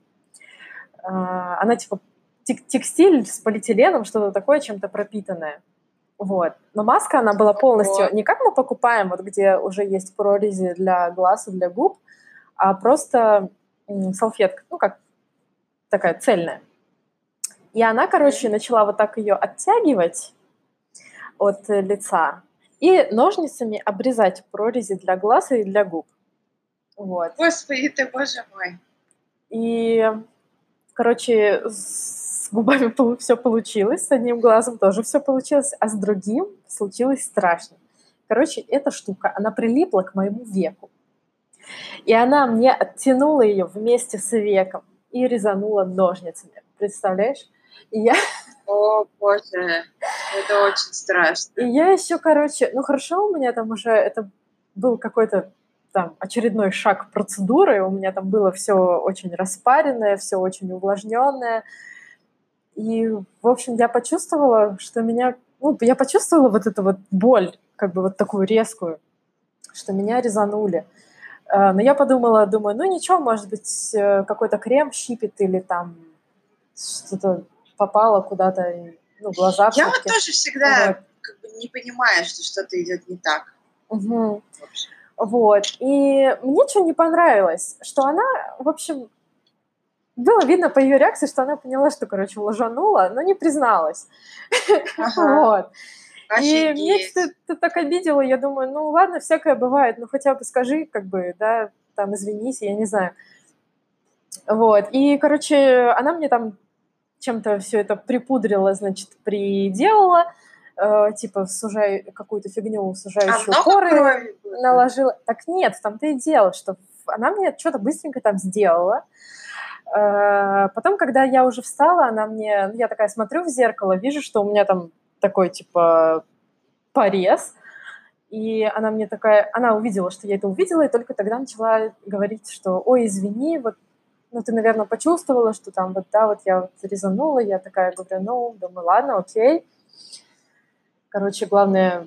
она типа текстиль с полиэтиленом, что-то такое, чем-то пропитанное. Вот. Но маска, она была полностью... Не как мы покупаем, вот где уже есть прорези для глаз и для губ, а просто салфетка, ну, как такая цельная. И она, короче, начала вот так ее оттягивать от лица и ножницами обрезать прорези для глаз и для губ. Вот. Господи ты, боже мой. И, короче, с губами все получилось, с одним глазом тоже все получилось, а с другим случилось страшно. Короче, эта штука, она прилипла к моему веку. И она мне оттянула ее вместе с веком и резанула ножницами. Представляешь? И я... О, боже, это очень страшно. И я еще, короче, ну хорошо, у меня там уже это был какой-то там очередной шаг процедуры, у меня там было все очень распаренное, все очень увлажненное. И, в общем, я почувствовала, что меня... Ну, я почувствовала вот эту вот боль, как бы вот такую резкую, что меня резанули. Но я подумала, думаю, ну ничего, может быть, какой-то крем щипит или там что-то попало куда-то, ну, глаза Я все-таки. вот тоже всегда вот. Как бы не понимаю, что что-то идет не так. Угу. Вот. И мне что не понравилось, что она, в общем, было видно по ее реакции, что она поняла, что, короче, ложанула, но не призналась. Ага. Вот. Офигеть. И мне это так обидело, я думаю, ну ладно, всякое бывает, ну хотя бы скажи, как бы, да, там, извинись, я не знаю. Вот. И, короче, она мне там чем-то все это припудрила, значит, приделала, э, типа сужаю, какую-то фигню сужающую а поры наложила. Так нет, в том-то и дело, что она мне что-то быстренько там сделала. Э, потом, когда я уже встала, она мне... Я такая смотрю в зеркало, вижу, что у меня там такой, типа, порез. И она мне такая... Она увидела, что я это увидела, и только тогда начала говорить, что «Ой, извини, вот ну, ты, наверное, почувствовала, что там вот, да, вот я вот резанула, я такая говорю, ну, думаю, ладно, окей. Короче, главное,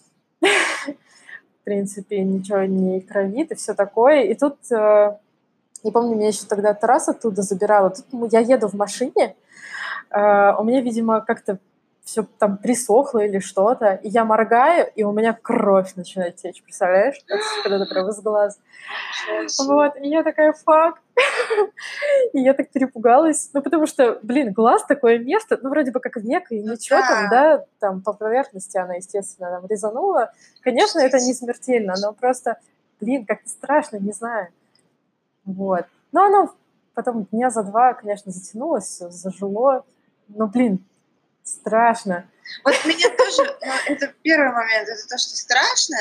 в принципе, ничего не кровит и все такое. И тут, не помню, меня еще тогда Тарас оттуда забирала. Тут я еду в машине, у меня, видимо, как-то все там присохло или что-то, и я моргаю, и у меня кровь начинает течь, представляешь? Когда-то прям из глаз. Вот, и я такая, фак. И я так перепугалась, ну, потому что, блин, глаз такое место, ну, вроде бы как век, и ничего да. там, да, там по поверхности она, естественно, там резанула. Конечно, это не смертельно, но просто, блин, как-то страшно, не знаю. Вот. Но оно потом дня за два, конечно, затянулось, зажило, но, блин, страшно. Вот меня тоже, ну, это первый момент, это то, что страшно,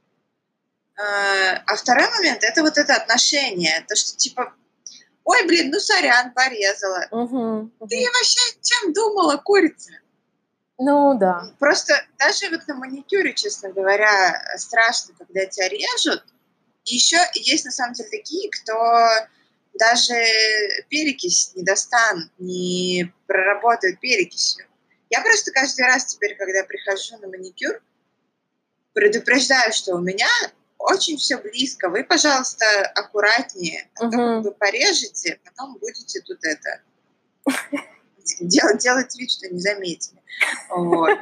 а второй момент, это вот это отношение, то, что, типа, ой, блин, ну, сорян, порезала. Угу, угу. Ты вообще чем думала, курица? Ну, да. Просто даже вот на маникюре, честно говоря, страшно, когда тебя режут. И еще есть, на самом деле, такие, кто даже перекись не достанут, не проработают перекисью. Я просто каждый раз теперь, когда прихожу на маникюр, предупреждаю, что у меня очень все близко. Вы, пожалуйста, аккуратнее. А то, как вы порежете, потом будете тут это... Делать, делать вид, что не заметили. Вот.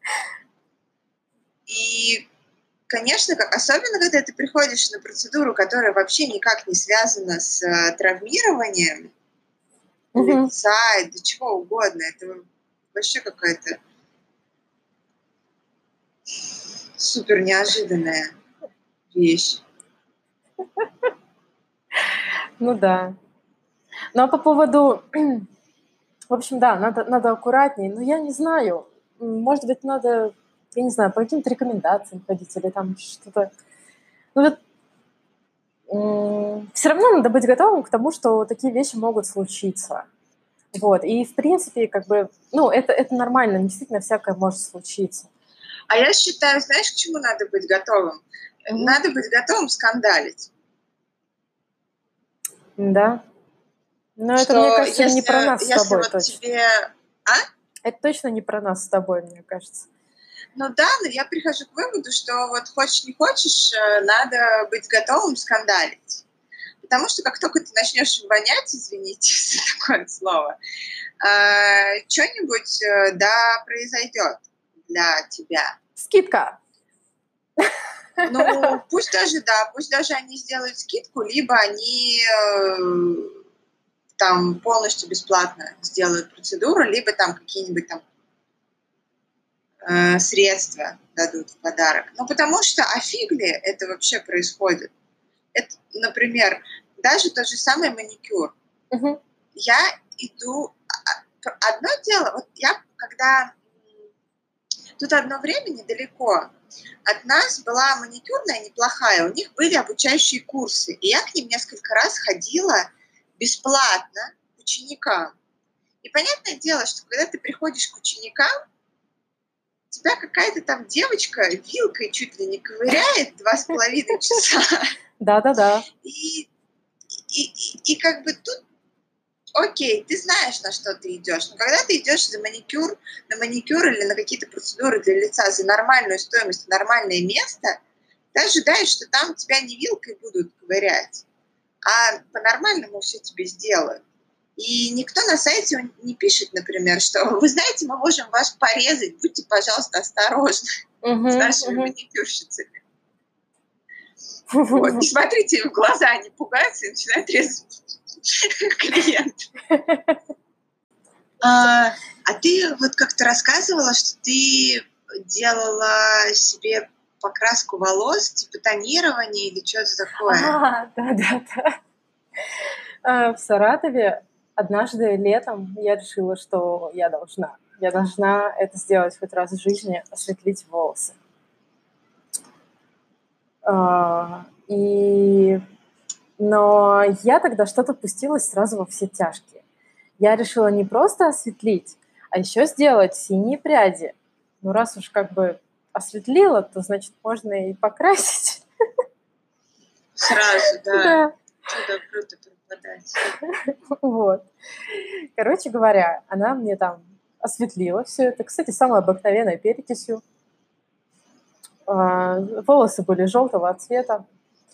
И, конечно, как, особенно, когда ты приходишь на процедуру, которая вообще никак не связана с uh, травмированием uh-huh. лица, да чего угодно. Это вообще какая-то супер неожиданная вещь. Ну да. Ну а по поводу... В общем, да, надо, надо аккуратнее. Но я не знаю. Может быть, надо, я не знаю, по каким-то рекомендациям ходить или там что-то... Ну вот м- все равно надо быть готовым к тому, что такие вещи могут случиться. Вот, и в принципе, как бы, ну, это, это нормально, действительно всякое может случиться. А я считаю, знаешь, к чему надо быть готовым? Мгм. Надо быть готовым скандалить. Да. Но это, Что мне кажется, не если, про нас с если тобой вот точно. тебе... А? Это точно не про нас с тобой, мне кажется. Ну да, но я прихожу к выводу, что вот хочешь не хочешь, э, надо быть готовым скандалить. Потому что как только ты начнешь вонять, извините за такое слово, э, что-нибудь, э, да, произойдет для тебя. Скидка. Ну, пусть даже, да, пусть даже они сделают скидку, либо они э, там полностью бесплатно сделают процедуру, либо там какие-нибудь там э, средства дадут в подарок. Ну, потому что, а фиг ли это вообще происходит? Это, например, даже тот же самый маникюр. Мгм. Я иду... а, Одно дело, вот я когда... Тут одно время недалеко от нас была маникюрная неплохая, у них были обучающие курсы, и я к ним несколько раз ходила бесплатно к ученикам. И понятное дело, что когда ты приходишь к ученикам, тебя какая-то там девочка вилкой чуть ли не ковыряет два с половиной часа. Да-да-да. И, и, и, и как бы тут, окей, ты знаешь, на что ты идешь. Но когда ты идешь за маникюр, на маникюр или на какие-то процедуры для лица за нормальную стоимость, нормальное место, ты ожидаешь, что там тебя не вилкой будут ковырять, а по-нормальному все тебе сделают. И никто на сайте не пишет, например, что вы знаете, мы можем вас порезать, будьте, пожалуйста, осторожны Мгм, с нашими мгм. маникюрщицами. Вот. Не смотрите им в глаза, они пугаются и начинают резать клиентов. А, а ты вот как-то рассказывала, что ты делала себе покраску волос, типа тонирование или что-то такое. А, да-да-да. А, В Саратове однажды летом я решила, что я должна. Я должна это сделать хоть раз в жизни, осветлить волосы. А, И... Но я тогда что-то пустилась сразу во все тяжкие. Я решила не просто осветлить, а еще сделать синие пряди. Ну, раз уж как бы осветлила, то, значит, можно и покрасить. Сразу, да. Да, Что круто пропадать. вот. Короче говоря, она мне там осветлила все это. Кстати, самой обыкновенной перекисью. А, Волосы были желтого цвета.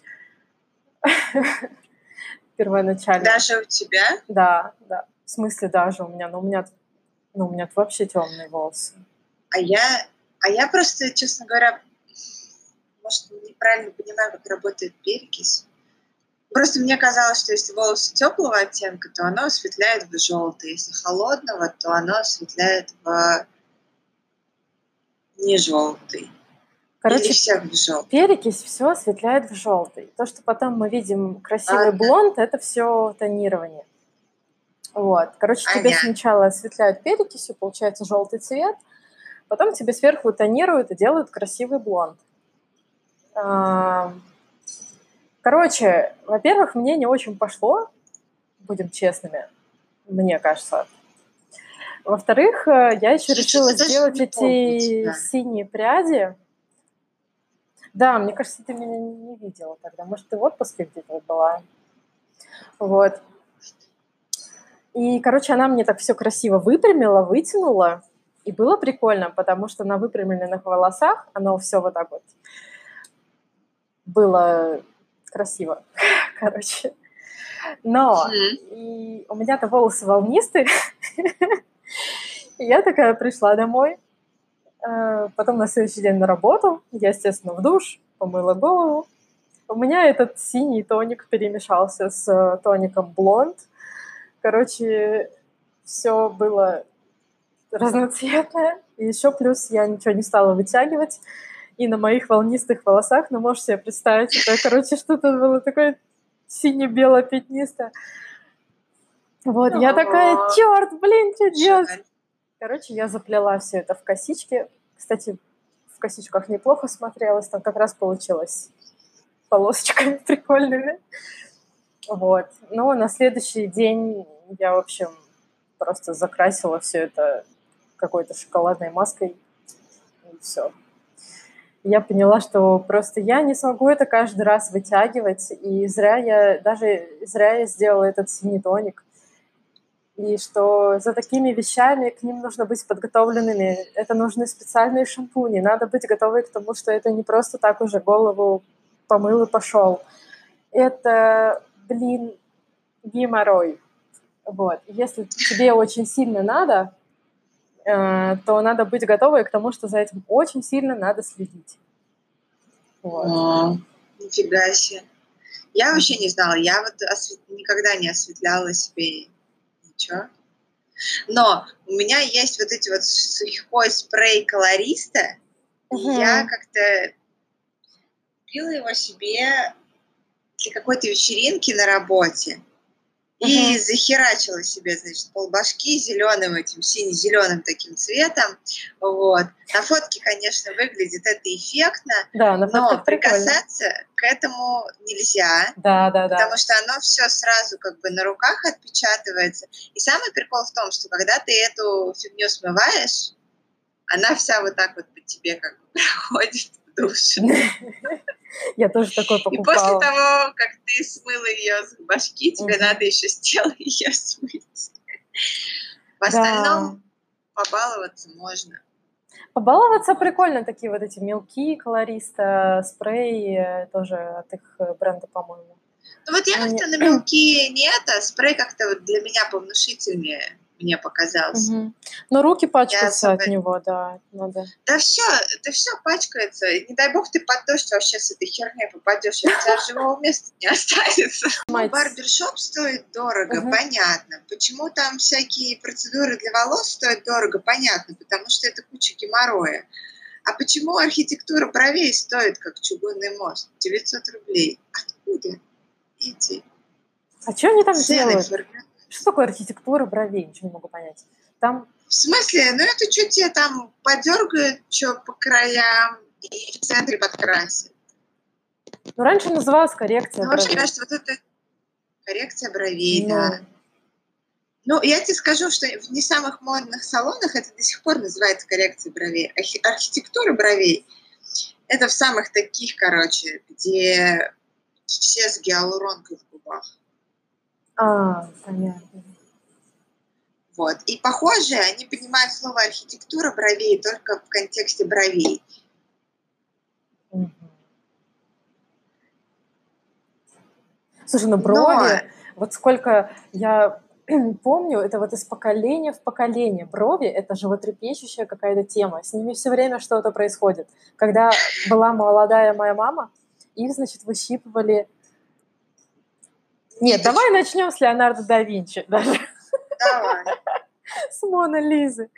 Первоначально. Даже у тебя? Да, да. В смысле даже у меня, но у меня, ну, у меня вообще темные волосы. А я, а я просто, честно говоря, может, неправильно понимаю, как работает перекись. Просто мне казалось, что если волосы теплого оттенка, то оно осветляет в желтый. Если холодного, то оно осветляет в не желтый. Короче, Или всех в желтый. перекись все осветляет в желтый. То, что потом мы видим красивый А, блонд, это все тонирование. Вот. Короче, тебе Понятно. сначала осветляют перекисью, получается желтый цвет, потом тебе сверху тонируют и делают красивый блонд. А, Короче, во-первых, мне не очень пошло, будем честными, мне кажется. Во-вторых, э, я еще Я решила что-то даже сделать не помню эти тебя. синие пряди. Да, мне кажется, ты меня не не видела тогда. Может, ты в отпуске где-то была? Вот. И, короче, она мне так все красиво выпрямила, вытянула. И было прикольно, потому что на выпрямленных волосах оно все вот так вот было красиво. Короче. Но Мгм. и у меня-то волосы волнистые. И я такая пришла домой. э, Потом на следующий день на работу. Я, естественно, в душ, помыла голову. У меня этот синий тоник перемешался с э, тоником блонд. Короче, все было разноцветное. И еще плюс я ничего не стала вытягивать. И на моих волнистых волосах, ну, можешь себе представить, это, короче, что-то было такое сине-бело-пятнистое. Вот, я такая, О, черт, блин, что делать? жаль. Короче, я заплела все это в косички. Кстати, в косичках неплохо смотрелось, там как раз получилось полосочками прикольными. Вот. Ну, на следующий день я, в общем, просто закрасила все это какой-то шоколадной маской, и все. Я поняла, что просто я не смогу это каждый раз вытягивать, и зря я, даже зря я сделала этот синий тоник. И что за такими вещами к ним нужно быть подготовленными. Это нужны специальные шампуни. Надо быть готовой к тому, что это не просто так уже голову помыл и пошел. Это, блин, геморрой. Вот. Если тебе очень сильно надо, э, то надо быть готовой к тому, что за этим очень сильно надо следить. Вот. О, нифига себе. Я вообще не знала. Я вот освет... никогда не осветляла себе ничего. Но у меня есть вот эти вот сухой спрей колориста. Угу. И я как-то купила его себе для какой-то вечеринки на работе. И Угу. захерачила себе, значит, полбашки зеленым этим, сине-зеленым таким цветом. Вот. На фотке, конечно, выглядит это эффектно, Да, на но фотках прикольно. прикасаться к этому нельзя. Да, да, Потому да. что оно все сразу как бы на руках отпечатывается. И самый прикол в том, что когда ты эту фигню смываешь, она вся вот так вот по тебе как бы проходит в душ. Я тоже такое И после покупала. того, как ты смыла ее с башки, тебе Мгм. надо еще с тела ее смыть. В Да. остальном побаловаться можно. Побаловаться прикольно, такие вот эти мелки колориста, спреи, э, тоже от их э, бренда, по-моему. Ну вот я Ну, не- как-то на мелки не это, спрей как-то вот для меня повнушительнее мне показался. Мгм. Но руки Я пачкаются особо... от него, да, надо. Да все, да все пачкается. Не дай бог ты под дождь вообще с этой херней попадешь, у тебя живого места не останется. Мать. Барбершоп стоит дорого, Мгм. понятно. Почему там всякие процедуры для волос стоят дорого, понятно, потому что это куча геморроя. А почему архитектура бровей стоит как чугунный мост? девятьсот рублей. Откуда эти А что они там цены делают? формируют? Что такое архитектура бровей? Ничего не могу понять. Там, В смысле? Ну это что тебе там подергают, что по краям и в центре подкрасят? ну, раньше называлась коррекция Ну, вообще, бровей. кажется, вот это коррекция бровей, Ну, да. Ну, я тебе скажу, что в не самых модных салонах это до сих пор называется коррекция бровей. Архи- архитектура бровей – это в самых таких, короче, где все с гиалуронкой в губах. а, понятно. Вот. И похоже, они понимают слово архитектура бровей только в контексте бровей. Мгм. Слушай, ну брови, Но вот сколько я помню, это вот из поколения в поколение. Брови — это животрепещущая какая-то тема. С ними все время что-то происходит. Когда была молодая моя мама, их, значит, выщипывали... Нет, давай ниточку. начнем с Леонардо да Винчи, даже Давай. с Моны Лизы.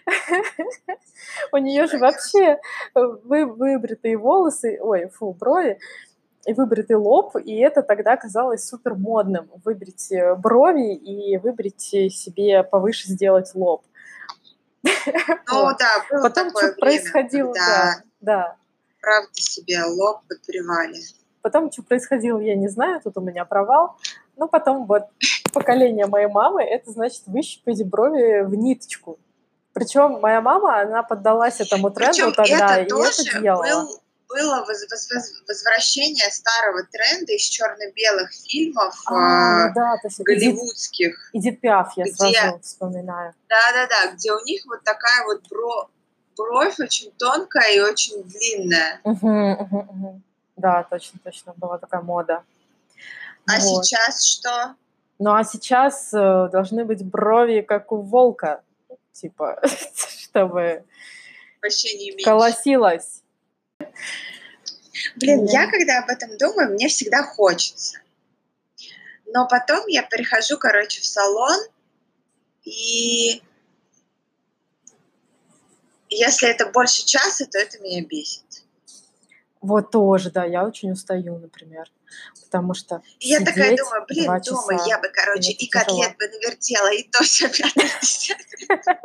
У нее же Понятно. вообще вы, выбритые волосы, ой, фу, брови, и выбритый лоб, и это тогда казалось супер модным. Выбрить э, брови и выбрить э, себе повыше сделать лоб. Ну Вот. да, было Потом что такое время, происходило, когда да, да. правда себе лоб подбривали. Потом что происходило, я не знаю, тут у меня провал. Но потом вот поколение моей мамы, это значит выщипать брови в ниточку. Причем моя мама, она поддалась этому тренду Причем тогда, это и это тоже делала. был, было воз- воз- воз- возвращение старого тренда из черно-белых фильмов А, ну э, да, то есть Эдит, голливудских, Эдит Пиаф я где, сразу вспоминаю. да-да-да, где у них вот такая вот бро- бровь очень тонкая и очень длинная. Мгм, мгм, мгм. Да, точно, точно, была такая мода. А Вот. сейчас что? Ну а сейчас э, должны быть брови, как у волка, типа, чтобы Вообще не меньше. колосилось. Блин, я Я- когда об этом думаю, мне всегда хочется. Но потом я прихожу, короче, в салон, и если это больше часа, то это меня бесит. Вот тоже, да, я очень устаю, например, потому что И я такая сидеть думаю, два блин, дома часа, я бы, короче, это и тяжело. котлет бы навертела, и то все пятое, десятое.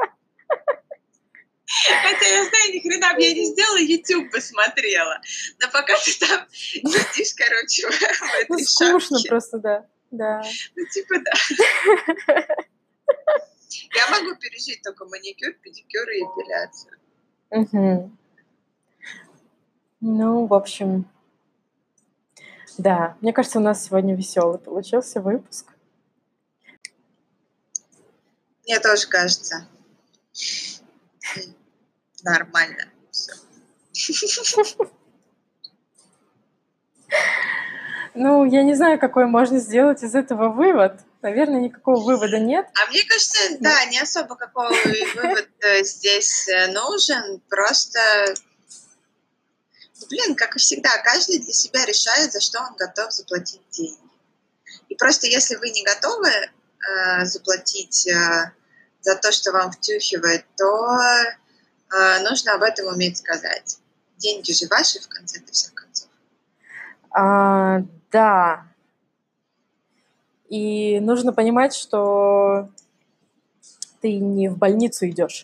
Хотя я знаю, ни хрена бы я не сделала, YouTube посмотрела. Но пока ты там сидишь, короче, в, в Ну, этой скучно шапке. просто, да, да. Ну, типа, да. Я могу пережить только маникюр, педикюр и эпиляцию. Угу. Ну, в общем, да. Мне кажется, у нас сегодня веселый получился выпуск. Мне тоже кажется. Нормально. Все. Ну, я не знаю, какой можно сделать из этого вывод. Наверное, никакого вывода нет. А мне кажется, да, не особо какой вывод здесь нужен. Просто, блин, как и всегда, каждый для себя решает, за что он готов заплатить деньги. И просто если вы не готовы э, заплатить э, за то, что вам втюхивает, то э, нужно об этом уметь сказать. Деньги же ваши, в конце-то всех концов. А, да. И нужно понимать, что ты не в больницу идешь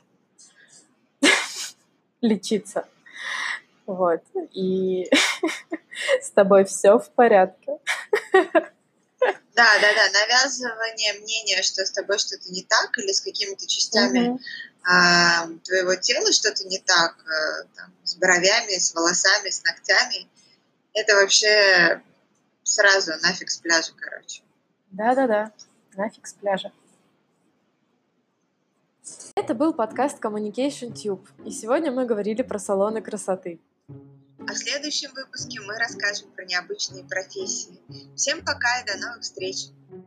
лечиться. Вот. И с тобой все в порядке. Да, да, да. Навязывание мнения, что с тобой что-то не так, или с какими-то частями Мгм. а, твоего тела что-то не так, а, там, с бровями, с волосами, с ногтями, это вообще сразу нафиг с пляжа, короче. Да-да-да. Нафиг с пляжа. Это был подкаст Communication Tube. И сегодня мы говорили про салоны красоты. А в следующем выпуске мы расскажем про необычные профессии. Всем пока и до новых встреч!